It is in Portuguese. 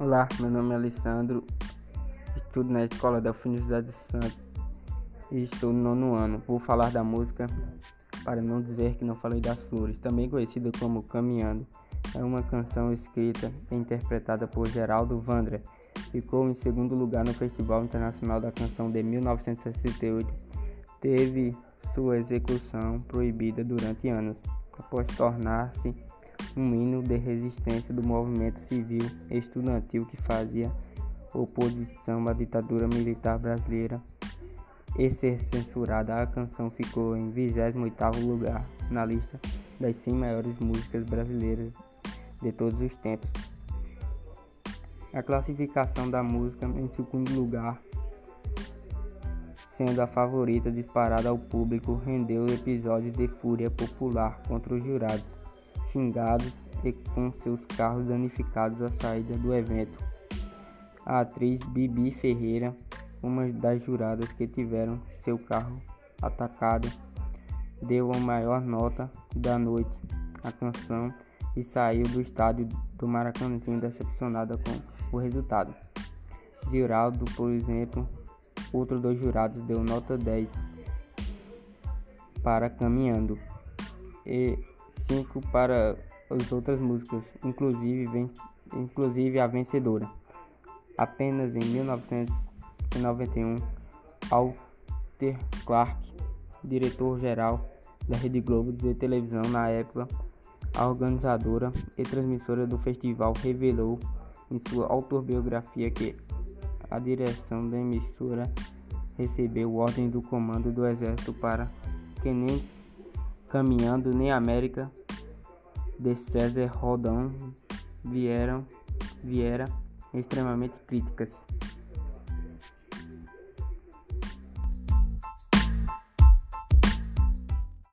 Olá, meu nome é Alessandro, estudo na Escola Delfino José dos Santos e estou no nono ano. Vou falar da música Para Não Dizer Que Não Falei das Flores, também conhecida como Caminhando. É uma canção escrita e interpretada por Geraldo Vandré. Ficou em segundo lugar no Festival Internacional da Canção de 1968. Teve sua execução proibida durante anos, após tornar-se um hino de resistência do movimento civil estudantil que fazia oposição à ditadura militar brasileira e ser censurada. A canção ficou em 28º lugar na lista das 100 maiores músicas brasileiras de todos os tempos. A classificação da música em segundo lugar, sendo a favorita disparada ao público, rendeu episódios de fúria popular contra os jurados, xingados e com seus carros danificados à saída do evento. A atriz Bibi Ferreira, uma das juradas que tiveram seu carro atacado, deu a maior nota da noite à canção e saiu do estádio do Maracanã decepcionada com o resultado. Geraldo, por exemplo, outro dos jurados, deu nota 10 para Caminhando e 5 para as outras músicas, inclusive a vencedora. Apenas em 1991, Walter Clark, diretor-geral da Rede Globo de televisão na época, a organizadora e transmissora do festival, revelou em sua autobiografia que a direção da emissora recebeu ordem do comando do exército para que nem Caminhando nem América de César Rodin viera extremamente críticas.